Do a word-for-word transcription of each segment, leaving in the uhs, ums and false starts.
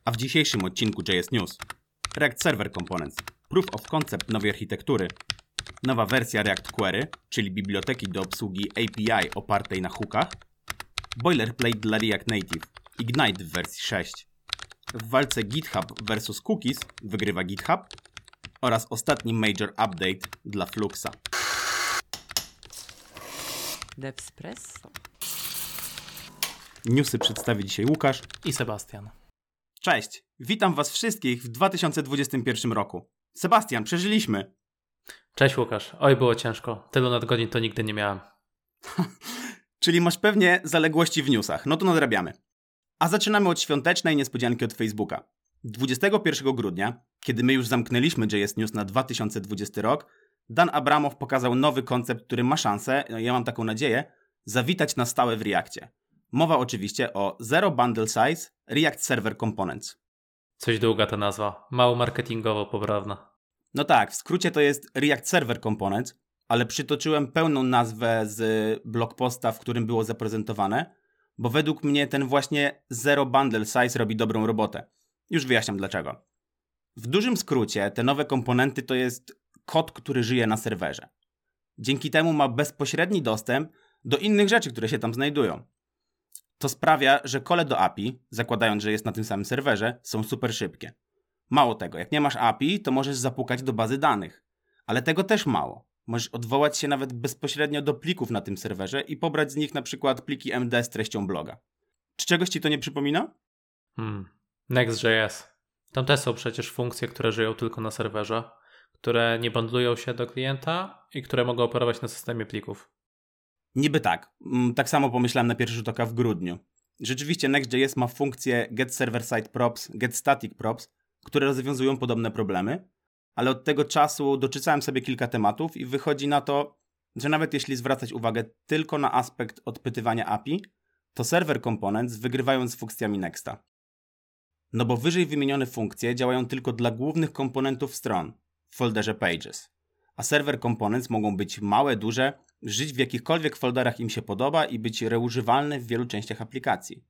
A w dzisiejszym odcinku J S News React Server Components, Proof of Concept nowej architektury, nowa wersja React Query, czyli biblioteki do obsługi A P I opartej na hookach, boilerplate dla React Native, Ignite w wersji sześć. W walce GitHub versus Cookies wygrywa GitHub oraz ostatni major update dla Fluxa. Devspresso. Newsy przedstawi dzisiaj Łukasz i Sebastian. Cześć, witam was wszystkich w dwa tysiące dwudziestym pierwszym roku. Sebastian, przeżyliśmy. Cześć Łukasz, oj było ciężko, tylu nadgodzin to nigdy nie miałem. Czyli masz pewnie zaległości w newsach, no to nadrabiamy. A zaczynamy od świątecznej niespodzianki od Facebooka. dwudziestego pierwszego grudnia, kiedy my już zamknęliśmy J S News na dwa tysiące dwudziesty rok, Dan Abramow pokazał nowy koncept, który ma szansę, no ja mam taką nadzieję, zawitać na stałe w Reakcie. Mowa oczywiście o Zero Bundle Size React Server Components. Coś długa ta nazwa, mało marketingowo poprawna. No tak, w skrócie to jest React Server Components, ale przytoczyłem pełną nazwę z blogposta, w którym było zaprezentowane, bo według mnie ten właśnie Zero Bundle Size robi dobrą robotę. Już wyjaśniam dlaczego. W dużym skrócie te nowe komponenty to jest kod, który żyje na serwerze. Dzięki temu ma bezpośredni dostęp do innych rzeczy, które się tam znajdują. To sprawia, że cole do A P I, zakładając, że jest na tym samym serwerze, są super szybkie. Mało tego, jak nie masz A P I, to możesz zapukać do bazy danych. Ale tego też mało. Możesz odwołać się nawet bezpośrednio do plików na tym serwerze i pobrać z nich na przykład pliki M D z treścią bloga. Czy czegoś ci to nie przypomina? Hmm. Next.js. Tam też są przecież funkcje, które żyją tylko na serwerze, które nie bundlują się do klienta i które mogą operować na systemie plików. Niby tak. Tak samo pomyślałem na pierwszy rzut oka w grudniu. Rzeczywiście Next.js ma funkcję get server side props, get static props, które rozwiązują podobne problemy, ale od tego czasu doczytałem sobie kilka tematów i wychodzi na to, że nawet jeśli zwracać uwagę tylko na aspekt odpytywania A P I, to server components wygrywają z funkcjami Nexta. No bo wyżej wymienione funkcje działają tylko dla głównych komponentów stron w folderze Pages, a server components mogą być małe, duże, żyć w jakichkolwiek folderach im się podoba i być reużywalne w wielu częściach aplikacji.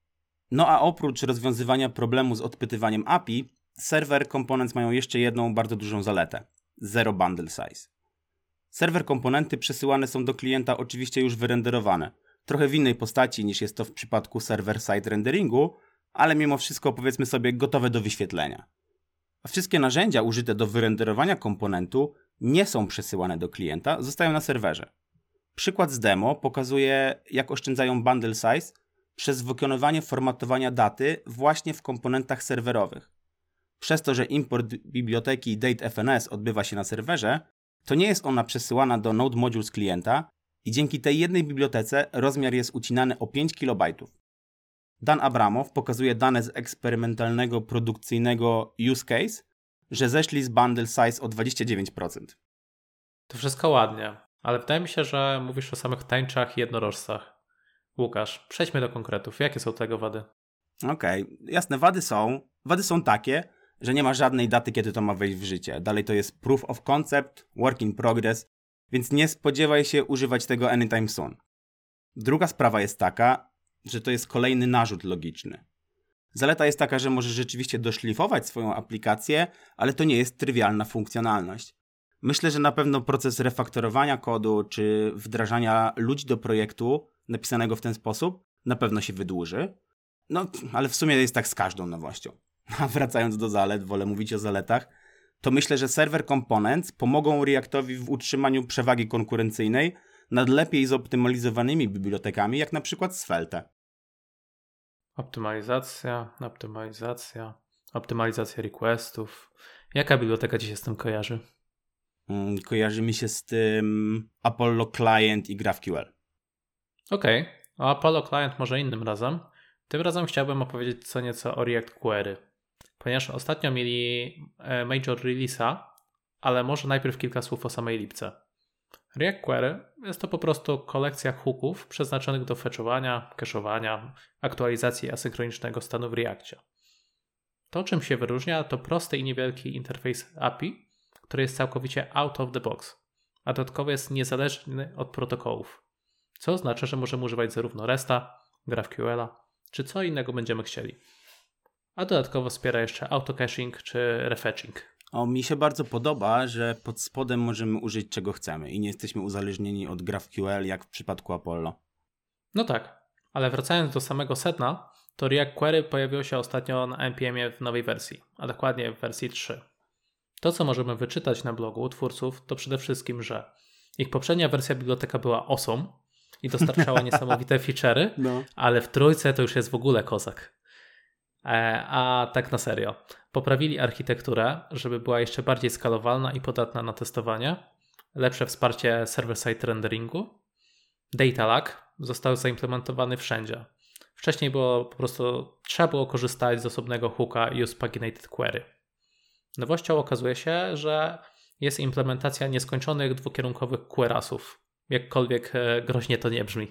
No a oprócz rozwiązywania problemu z odpytywaniem A P I, server components mają jeszcze jedną bardzo dużą zaletę – Zero Bundle Size. Server komponenty przesyłane są do klienta oczywiście już wyrenderowane, trochę w innej postaci niż jest to w przypadku server-side renderingu, ale mimo wszystko powiedzmy sobie gotowe do wyświetlenia. A wszystkie narzędzia użyte do wyrenderowania komponentu nie są przesyłane do klienta, zostają na serwerze. Przykład z demo pokazuje, jak oszczędzają bundle size przez wykonywanie formatowania daty właśnie w komponentach serwerowych. Przez to, że import biblioteki DateFNS odbywa się na serwerze, to nie jest ona przesyłana do Node Modules klienta i dzięki tej jednej bibliotece rozmiar jest ucinany o pięć kilobajtów. Dan Abramow pokazuje dane z eksperymentalnego produkcyjnego use case, że zeszli z bundle size o dwadzieścia dziewięć procent. To wszystko ładnie, ale wydaje mi się, że mówisz o samych tańczach i jednorożcach. Łukasz, przejdźmy do konkretów. Jakie są tego wady? Okej, okay. Jasne, wady są. Wady są takie, że nie ma żadnej daty, kiedy to ma wejść w życie. Dalej to jest proof of concept, work in progress, więc nie spodziewaj się używać tego anytime soon. Druga sprawa jest taka, że to jest kolejny narzut logiczny. Zaleta jest taka, że możesz rzeczywiście doszlifować swoją aplikację, ale to nie jest trywialna funkcjonalność. Myślę, że na pewno proces refaktorowania kodu czy wdrażania ludzi do projektu napisanego w ten sposób na pewno się wydłuży. No, ale w sumie jest tak z każdą nowością. A wracając do zalet, wolę mówić o zaletach, to myślę, że server components pomogą Reactowi w utrzymaniu przewagi konkurencyjnej nad lepiej zoptymalizowanymi bibliotekami, jak na przykład Svelte. Optymalizacja, optymalizacja, optymalizacja requestów. Jaka biblioteka ci się z tym kojarzy? Hmm, kojarzy mi się z tym Apollo Client i GraphQL. Okej, okay. O Apollo Client może innym razem. Tym razem chciałbym opowiedzieć co nieco o React Query, ponieważ ostatnio mieli major release'a, ale może najpierw kilka słów o samej lipce. React Query jest to po prostu kolekcja hooków przeznaczonych do fetchowania, cache'owania, aktualizacji asynchronicznego stanu w Reakcie. To, czym się wyróżnia, to prosty i niewielki interfejs A P I, który jest całkowicie out of the box, a dodatkowo jest niezależny od protokołów, co oznacza, że możemy używać zarówno RESTA, GraphQL'a, czy co innego będziemy chcieli. a dodatkowo wspiera jeszcze autocaching czy refetching. O, mi się bardzo podoba, że pod spodem możemy użyć czego chcemy i nie jesteśmy uzależnieni od GraphQL jak w przypadku Apollo. No tak, ale wracając do samego sedna, to React Query pojawiło się ostatnio na N P M-ie w nowej wersji, a dokładnie w wersji trzy. To, co możemy wyczytać na blogu twórców, to przede wszystkim, że ich poprzednia wersja biblioteka była awesome i dostarczała niesamowite feature'y, no. Ale w trójce to już jest w ogóle kozak. E, a tak na serio. Poprawili architekturę, żeby była jeszcze bardziej skalowalna i podatna na testowanie, lepsze wsparcie server-side renderingu. Data lag został zaimplementowany wszędzie. Wcześniej było po prostu trzeba było korzystać z osobnego hooka Use Paginated Query. Nowością okazuje się, że jest implementacja nieskończonych dwukierunkowych querasów, jakkolwiek groźnie to nie brzmi.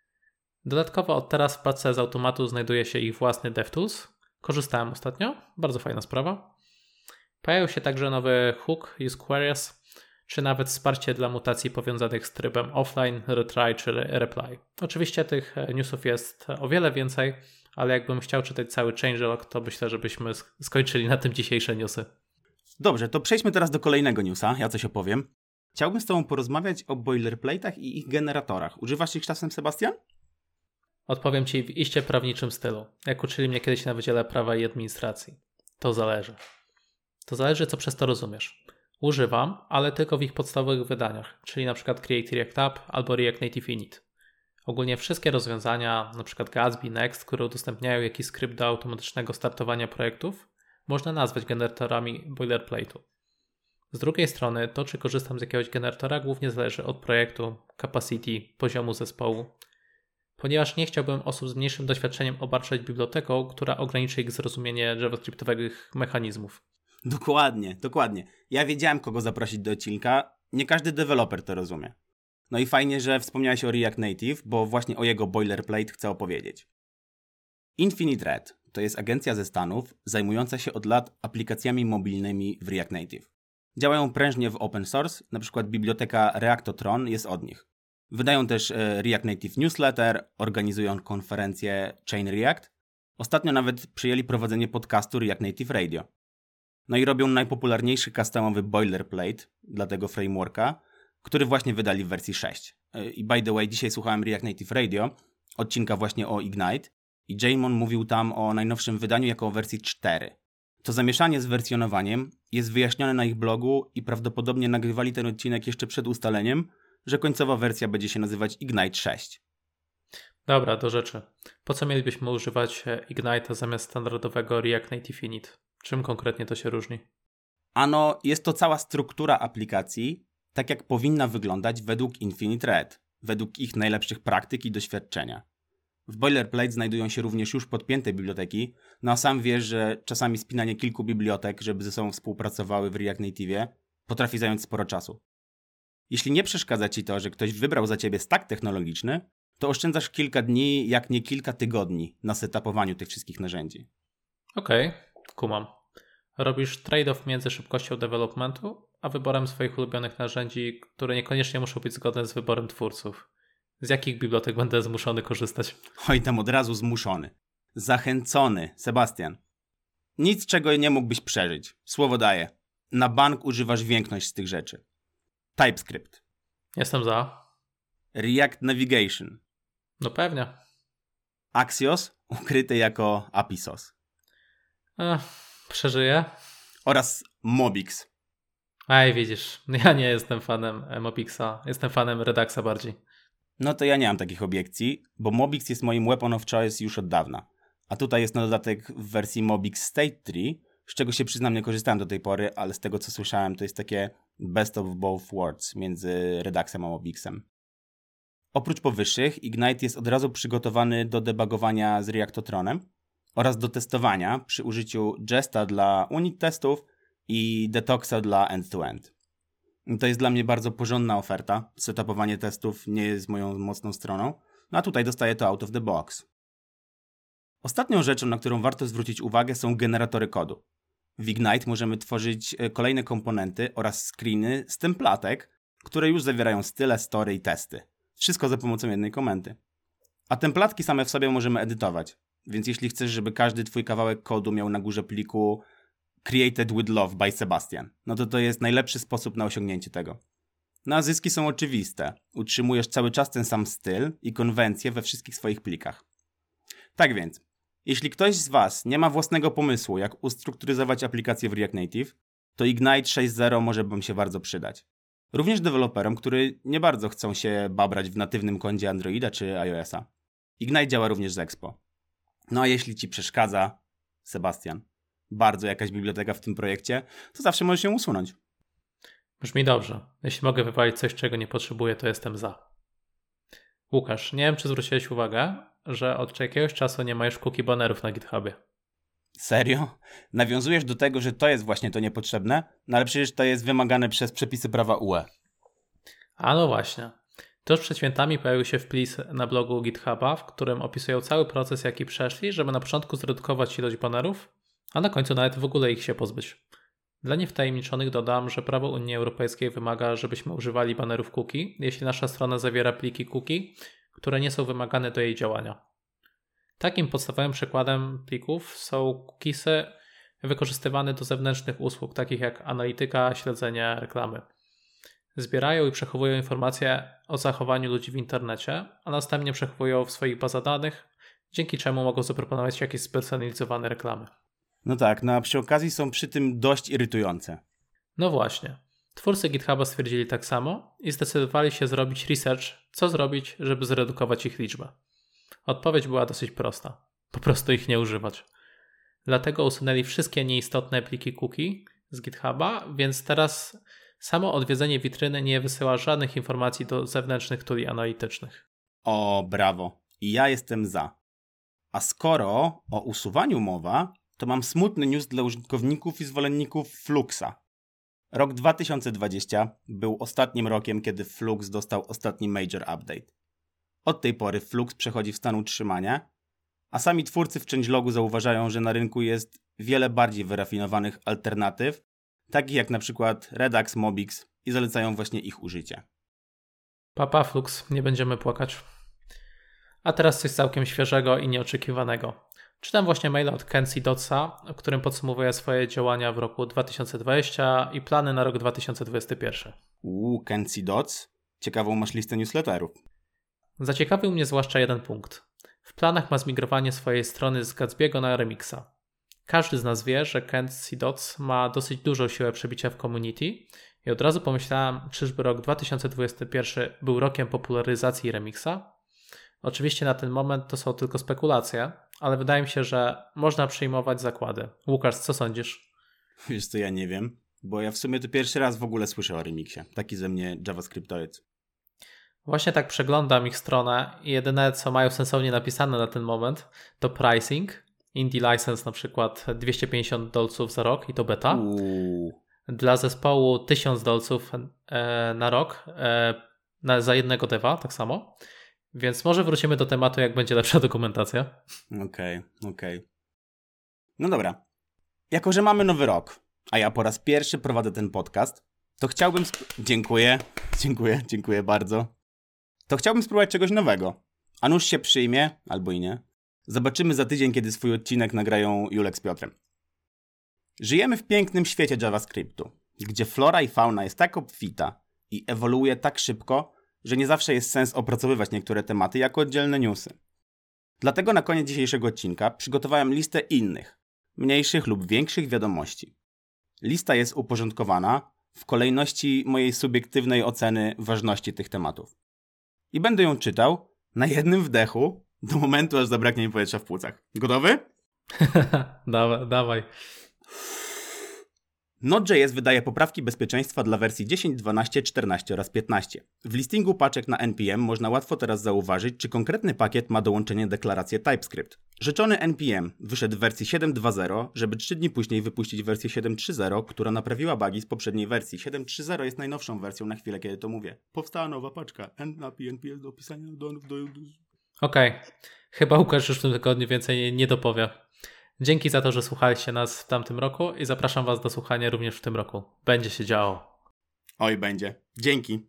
Dodatkowo od teraz w paczce z automatu znajduje się ich własny DevTools. Korzystałem ostatnio, bardzo fajna sprawa. Pojawił się także nowy hook Use Queries, czy nawet wsparcie dla mutacji powiązanych z trybem offline, retry czy reply. Oczywiście tych newsów jest o wiele więcej, ale jakbym chciał czytać cały changelog, to myślę, żebyśmy skończyli na tym dzisiejsze newsy. Dobrze, to przejdźmy teraz do kolejnego newsa, ja coś opowiem. Chciałbym z tobą porozmawiać o boilerplate'ach i ich generatorach. Używasz ich czasem, Sebastian? Odpowiem ci w iście prawniczym stylu, jak uczyli mnie kiedyś na Wydziale Prawa i Administracji. To zależy. To zależy, co przez to rozumiesz. Używam, ale tylko w ich podstawowych wydaniach, czyli na przykład Create React App albo React Native Init. Ogólnie wszystkie rozwiązania, na przykład Gatsby, Next, które udostępniają jakiś skrypt do automatycznego startowania projektów, można nazwać generatorami boilerplate'u. Z drugiej strony, to czy korzystam z jakiegoś generatora głównie zależy od projektu, capacity, poziomu zespołu, ponieważ nie chciałbym osób z mniejszym doświadczeniem obarczać biblioteką, która ograniczy ich zrozumienie javascriptowych mechanizmów. Dokładnie, dokładnie. Ja wiedziałem, kogo zaprosić do odcinka. Nie każdy deweloper to rozumie. No i fajnie, że wspomniałeś o React Native, bo właśnie o jego boilerplate chcę opowiedzieć. Infinite Red to jest agencja ze Stanów zajmująca się od lat aplikacjami mobilnymi w React Native. Działają prężnie w open source, na przykład biblioteka Reactotron jest od nich. Wydają też React Native Newsletter, organizują konferencję Chain React. Ostatnio nawet przyjęli prowadzenie podcastu React Native Radio. No i robią najpopularniejszy customowy boilerplate dla tego frameworka, który właśnie wydali w wersji sześć. I by the way, dzisiaj słuchałem React Native Radio, odcinka właśnie o Ignite i Jamon mówił tam o najnowszym wydaniu jako o wersji cztery. To zamieszanie z wersjonowaniem jest wyjaśnione na ich blogu i prawdopodobnie nagrywali ten odcinek jeszcze przed ustaleniem, że końcowa wersja będzie się nazywać Ignite sześć. Dobra, do rzeczy. Po co mielibyśmy używać Ignite'a zamiast standardowego React Native Init? Czym konkretnie to się różni? Ano, jest to cała struktura aplikacji, tak jak powinna wyglądać według Infinite Red, według ich najlepszych praktyk i doświadczenia. W boilerplate znajdują się również już podpięte biblioteki, no a sam wiesz, że czasami spinanie kilku bibliotek, żeby ze sobą współpracowały w React Native'ie, potrafi zająć sporo czasu. Jeśli nie przeszkadza ci to, że ktoś wybrał za ciebie stack technologiczny, to oszczędzasz kilka dni, jak nie kilka tygodni na setupowaniu tych wszystkich narzędzi. Okej, okay, kumam. Robisz trade-off między szybkością developmentu, a wyborem swoich ulubionych narzędzi, które niekoniecznie muszą być zgodne z wyborem twórców. Z jakich bibliotek będę zmuszony korzystać? Oj, tam od razu zmuszony. Zachęcony, Sebastian. Nic, czego nie mógłbyś przeżyć. Słowo daję. Na bank używasz większość z tych rzeczy. TypeScript. Jestem za. React Navigation. No pewnie. Axios, ukryty jako Apisos. Ech, przeżyję. Oraz Mobix. Aj, widzisz, ja nie jestem fanem Mobixa. Jestem fanem Reduxa bardziej. No to ja nie mam takich obiekcji, bo Mobix jest moim weapon of choice już od dawna. A tutaj jest na dodatek w wersji Mobix State trzy, z czego się przyznam nie korzystałem do tej pory, ale z tego co słyszałem to jest takie best of both worlds między Reduxem a Mobixem. Oprócz powyższych, Ignite jest od razu przygotowany do debugowania z Reactotronem oraz do testowania przy użyciu Jesta dla unit testów i Detoxa dla end-to-end. To jest dla mnie bardzo porządna oferta. Setupowanie testów nie jest moją mocną stroną, no a tutaj dostaję to out of the box. Ostatnią rzeczą, na którą warto zwrócić uwagę, są generatory kodu. W Ignite możemy tworzyć kolejne komponenty oraz screeny z templatek, które już zawierają style, story i testy. Wszystko za pomocą jednej komendy. A templatki same w sobie możemy edytować. więc jeśli chcesz, żeby każdy twój kawałek kodu miał na górze pliku Created with Love by Sebastian, no to to jest najlepszy sposób na osiągnięcie tego. No a zyski są oczywiste. Utrzymujesz cały czas ten sam styl i konwencje we wszystkich swoich plikach. Tak więc, jeśli ktoś z was nie ma własnego pomysłu, jak ustrukturyzować aplikację w React Native, to Ignite sześć zero może wam się bardzo przydać. Również deweloperom, którzy nie bardzo chcą się babrać w natywnym kodzie Androida czy iOS-a. Ignite działa również z Expo. No a jeśli ci przeszkadza, Sebastian, bardzo jakaś biblioteka w tym projekcie, to zawsze możesz ją usunąć. Brzmi dobrze. Jeśli mogę wywalić coś, czego nie potrzebuję, to jestem za. Łukasz, nie wiem, czy zwróciłeś uwagę, że od jakiegoś czasu nie ma już cookie bannerów na GitHubie. Serio? Nawiązujesz do tego, że to jest właśnie to niepotrzebne? No ale przecież to jest wymagane przez przepisy prawa U E. A no właśnie. Tuż przed świętami pojawił się wpis na blogu GitHuba, w którym opisują cały proces, jaki przeszli, żeby na początku zredukować ilość banerów, a na końcu nawet w ogóle ich się pozbyć. Dla niewtajemniczonych dodam, że prawo Unii Europejskiej wymaga, żebyśmy używali banerów cookie, jeśli nasza strona zawiera pliki cookie, które nie są wymagane do jej działania. Takim podstawowym przykładem plików są cookiesy wykorzystywane do zewnętrznych usług, takich jak analityka, śledzenie reklamy. Zbierają i przechowują informacje o zachowaniu ludzi w internecie, a następnie przechowują w swoich bazach danych, dzięki czemu mogą zaproponować jakieś spersonalizowane reklamy. No tak, no a przy okazji są przy tym dość irytujące. No właśnie. Twórcy GitHuba stwierdzili tak samo i zdecydowali się zrobić research, co zrobić, żeby zredukować ich liczbę. Odpowiedź była dosyć prosta. Po prostu ich nie używać. Dlatego usunęli wszystkie nieistotne pliki cookie z GitHuba, więc teraz samo odwiedzenie witryny nie wysyła żadnych informacji do zewnętrznych tuli analitycznych. O, brawo. I ja jestem za. A skoro o usuwaniu mowa, to mam smutny news dla użytkowników i zwolenników Fluxa. Rok dwa tysiące dwudziesty był ostatnim rokiem, kiedy Flux dostał ostatni major update. Od tej pory Flux przechodzi w stan utrzymania, a sami twórcy w changelogu zauważają, że na rynku jest wiele bardziej wyrafinowanych alternatyw, takich jak na przykład Redux, Mobix i zalecają właśnie ich użycie. Papa Flux, nie będziemy płakać. A teraz coś całkiem świeżego i nieoczekiwanego. Czytam właśnie maila od Kenzie Dotsa, w którym podsumowuje swoje działania w roku dwa tysiące dwudziestym i plany na rok dwa tysiące dwudziesty pierwszy. Uuu, Kenzie Dots? Ciekawą masz listę newsletterów. Zaciekawił mnie zwłaszcza jeden punkt. W planach ma zmigrowanie swojej strony z Gatsby'ego na Remixa. Każdy z nas wie, że Kenzie Dots ma dosyć dużą siłę przebicia w community i od razu pomyślałem, czyżby rok dwa tysiące dwudziesty pierwszy był rokiem popularyzacji Remixa? Oczywiście na ten moment to są tylko spekulacje, ale wydaje mi się, że można przyjmować zakłady. Łukasz, co sądzisz? Wiesz co, ja nie wiem, bo ja w sumie to pierwszy raz w ogóle słyszę o Remixie. Taki ze mnie JavaScriptoid. Właśnie tak przeglądam ich stronę i jedyne, co mają sensownie napisane na ten moment, to pricing. Indie license na przykład dwieście pięćdziesiąt dolców za rok i to beta. Uuu. Dla zespołu tysiąc dolców e, na rok e, na, za jednego deva, tak samo. Więc może wrócimy do tematu, jak będzie lepsza dokumentacja. Okej, okay, okej. Okay. No dobra. Jako że mamy nowy rok, a ja po raz pierwszy prowadzę ten podcast, to chciałbym... Sp- dziękuję, dziękuję, dziękuję bardzo. To chciałbym spróbować czegoś nowego. A nuż się przyjmie, albo i nie. Zobaczymy za tydzień, kiedy swój odcinek nagrają Julek z Piotrem. Żyjemy w pięknym świecie JavaScriptu, gdzie flora i fauna jest tak obfita i ewoluuje tak szybko, że nie zawsze jest sens opracowywać niektóre tematy jako oddzielne newsy. Dlatego na koniec dzisiejszego odcinka przygotowałem listę innych, mniejszych lub większych wiadomości. Lista jest uporządkowana w kolejności mojej subiektywnej oceny ważności tych tematów. I będę ją czytał na jednym wdechu do momentu, aż zabraknie mi powietrza w płucach. Gotowy? dawaj, dawaj. Node.js wydaje poprawki bezpieczeństwa dla wersji dziesięć, dwanaście, czternaście oraz piętnaście. W listingu paczek na N P M można łatwo teraz zauważyć, czy konkretny pakiet ma dołączenie deklaracji TypeScript. Rzeczony N P M wyszedł w wersji siedem dwa zero, żeby trzy dni później wypuścić wersję siedem trzy zero, która naprawiła bugi z poprzedniej wersji. siedem trzy zero jest najnowszą wersją na chwilę, kiedy to mówię. Powstała nowa paczka. N P M do opisania do... do... Okej. Okay. Chyba Łukasz już w tym tygodniu więcej nie, nie dopowie. Dzięki za to, że słuchaliście nas w tamtym roku i zapraszam Was do słuchania również w tym roku. Będzie się działo. Oj, będzie. Dzięki.